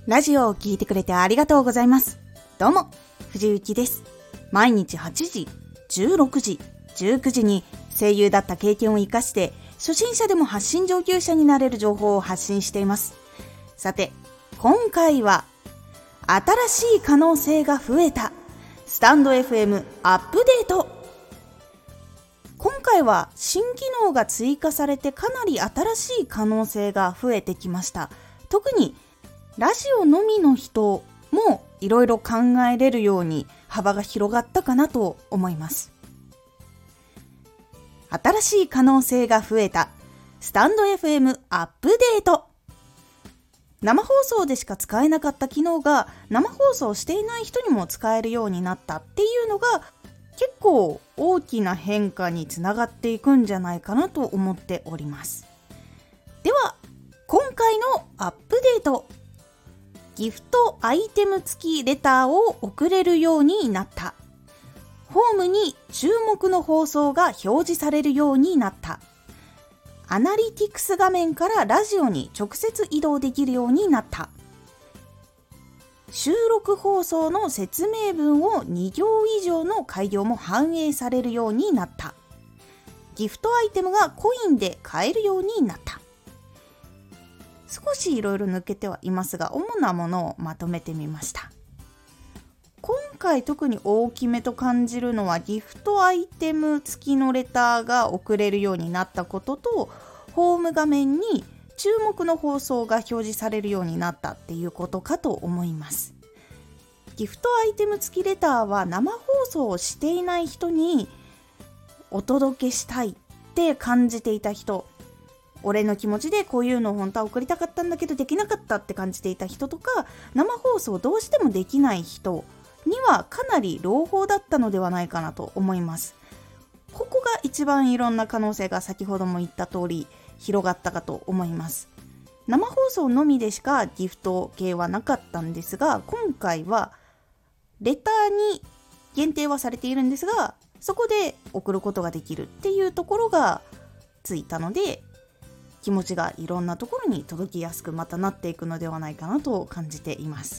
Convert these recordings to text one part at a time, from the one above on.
ラジオを聞いてくれてありがとうございます。どうも、藤幸です。毎日8時、16時、19時に声優だった経験を生かして初心者でも発信上級者になれる情報を発信しています。さて、今回は新しい可能性が増えたスタンド FM アップデート。今回は新機能が追加されてかなり新しい可能性が増えてきました。特にラジオのみの人もいろいろ考えれるように幅が広がったかなと思います。新しい可能性が増えたスタンド FM アップデート。生放送でしか使えなかった機能が生放送していない人にも使えるようになったっていうのが結構大きな変化につながっていくんじゃないかなと思っております。では今回のアップデート、ギフトアイテム付きレターを送れるようになった。ホームに注目の放送が表示されるようになった。アナリティクス画面からラジオに直接移動できるようになった。収録放送の説明文を2行以上の改行も反映されるようになった。ギフトアイテムがコインで買えるようになった。少しいろいろ抜けてはいますが、主なものをまとめてみました。今回特に大きめと感じるのはギフトアイテム付きのレターが送れるようになったことと、ホーム画面に注目の放送が表示されるようになったっていうことかと思います。ギフトアイテム付きレターは生放送をしていない人にお届けしたいって感じていた人、俺の気持ちでこういうのを本当は送りたかったんだけどできなかったって感じていた人とか、生放送どうしてもできない人にはかなり朗報だったのではないかなと思います。ここが一番いろんな可能性が先ほども言った通り広がったかと思います。生放送のみでしかギフト系はなかったんですが、今回はレターに限定はされているんですが、そこで送ることができるっていうところがついたので、気持ちがいろんなところに届きやすくまたなっていくのではないかなと感じています。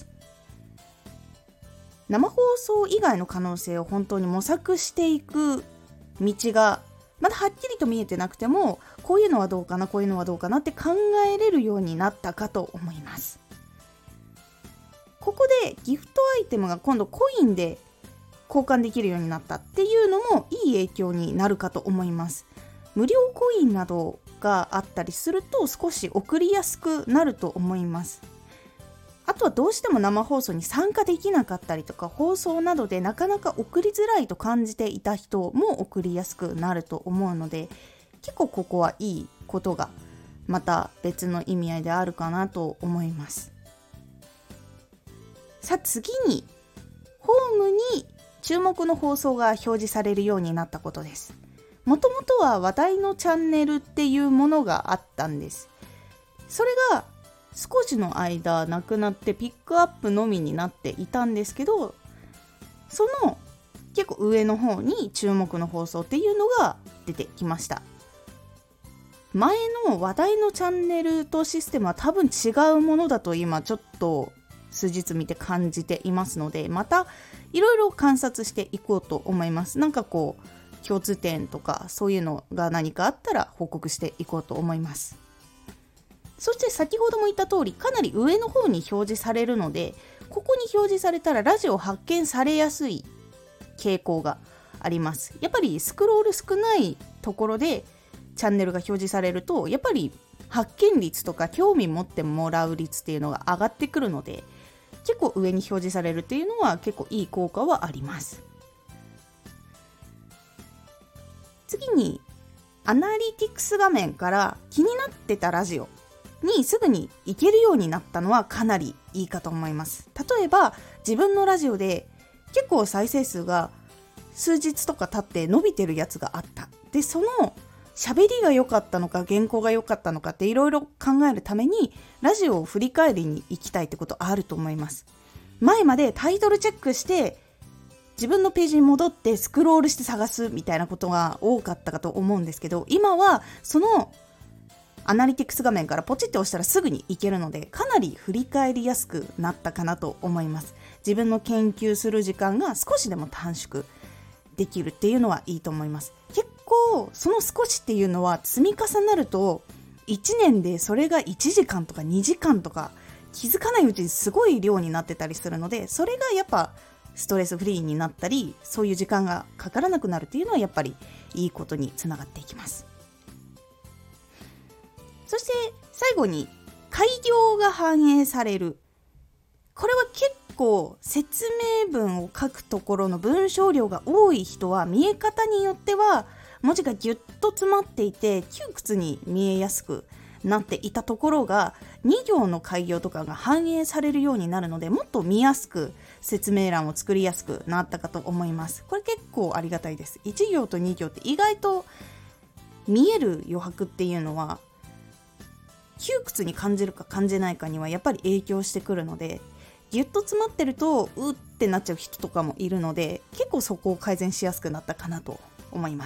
生放送以外の可能性を本当に模索していく道がまだはっきりと見えてなくても、こういうのはどうかな、こういうのはどうかなって考えれるようになったかと思います。ここでギフトアイテムが今度コインで交換できるようになったっていうのもいい影響になるかと思います。無料コインなどがあったりすると少し送りやすくなると思います。あとはどうしても生放送に参加できなかったりとか、放送などでなかなか送りづらいと感じていた人も送りやすくなると思うので、結構ここはいいことがまた別の意味合いであるかなと思います。さあ次に、ホームに注目の放送が表示されるようになったことです。もともとは話題のチャンネルっていうものがあったんです。それが少しの間なくなってピックアップのみになっていたんですけど、その結構上の方に注目の放送っていうのが出てきました。前の話題のチャンネルとシステムは多分違うものだと今ちょっと数日見て感じていますので、またいろいろ観察していこうと思います。なんかこう共通点とかそういうのが何かあったら報告していこうと思います。そして先ほども言った通り、かなり上の方に表示されるので、ここに表示されたらラジオ発見されやすい傾向があります。やっぱりスクロール少ないところでチャンネルが表示されると、やっぱり発見率とか興味持ってもらう率っていうのが上がってくるので、結構上に表示されるっていうのは結構いい効果はあります。次にアナリティクス画面から気になってたラジオにすぐに行けるようになったのはかなりいいかと思います。例えば自分のラジオで結構再生数が数日とか経って伸びてるやつがあった。で、その喋りが良かったのか原稿が良かったのかっていろいろ考えるためにラジオを振り返りに行きたいってことあると思います。前までタイトルチェックして自分のページに戻ってスクロールして探すみたいなことが多かったかと思うんですけど、今はそのアナリティクス画面からポチッと押したらすぐに行けるので、かなり振り返りやすくなったかなと思います。自分の研究する時間が少しでも短縮できるっていうのはいいと思います。結構その少しっていうのは積み重なると1年でそれが1時間とか2時間とか気づかないうちにすごい量になってたりするので、それがやっぱストレスフリーになったり、そういう時間がかからなくなるっていうのはやっぱりいいことにつながっていきます。そして最後に開業が反映される。これは結構説明文を書くところの文章量が多い人は見え方によっては文字がギュッと詰まっていて窮屈に見えやすくなっていたところが、2行の開業とかが反映されるようになるので、もっと見やすく説明欄を作りやすくなったかと思います。これ結構ありがたいです。1行と2行って意外と見える余白っていうのは窮屈に感じるか感じないかにはやっぱり影響してくるので、ギュッと詰まってるとうってなっちゃう人とかもいるので、結構そこを改善しやすくなったかなと思います。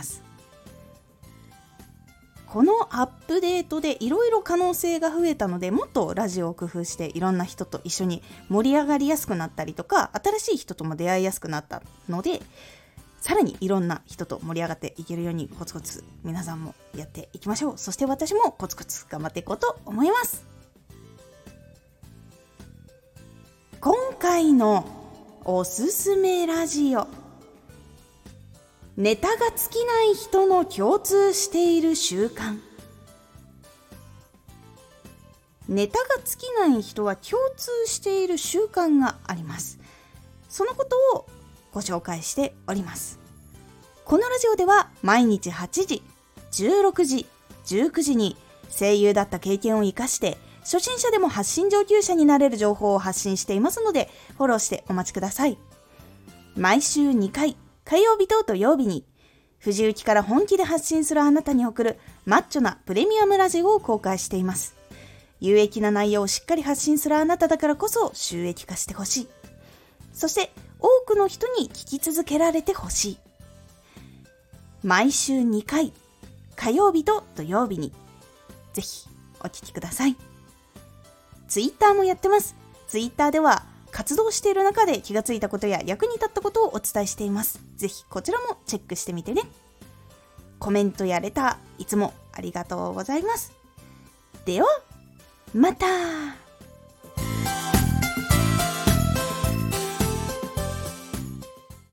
このアップデートでいろいろ可能性が増えたので、もっとラジオを工夫していろんな人と一緒に盛り上がりやすくなったりとか、新しい人とも出会いやすくなったので、さらにいろんな人と盛り上がっていけるようにコツコツ皆さんもやっていきましょう。そして私もコツコツ頑張っていこうと思います。今回のおすすめラジオ、ネタが尽きない人の共通している習慣。ネタが尽きない人は共通している習慣があります。そのことをご紹介しております。このラジオでは毎日8時、16時、19時に声優だった経験を生かして初心者でも発信上級者になれる情報を発信していますので、フォローしてお待ちください。毎週2回、火曜日と土曜日に藤雪から本気で発信するあなたに送るマッチョなプレミアムラジオを公開しています。有益な内容をしっかり発信するあなただからこそ収益化してほしい。そして多くの人に聞き続けられてほしい。毎週2回、火曜日と土曜日にぜひお聞きください。ツイッターもやってます。ツイッターでは活動している中で気がついたことや役に立ったことをお伝えしています。ぜひこちらもチェックしてみてね。コメントやレターいつもありがとうございます。ではまた。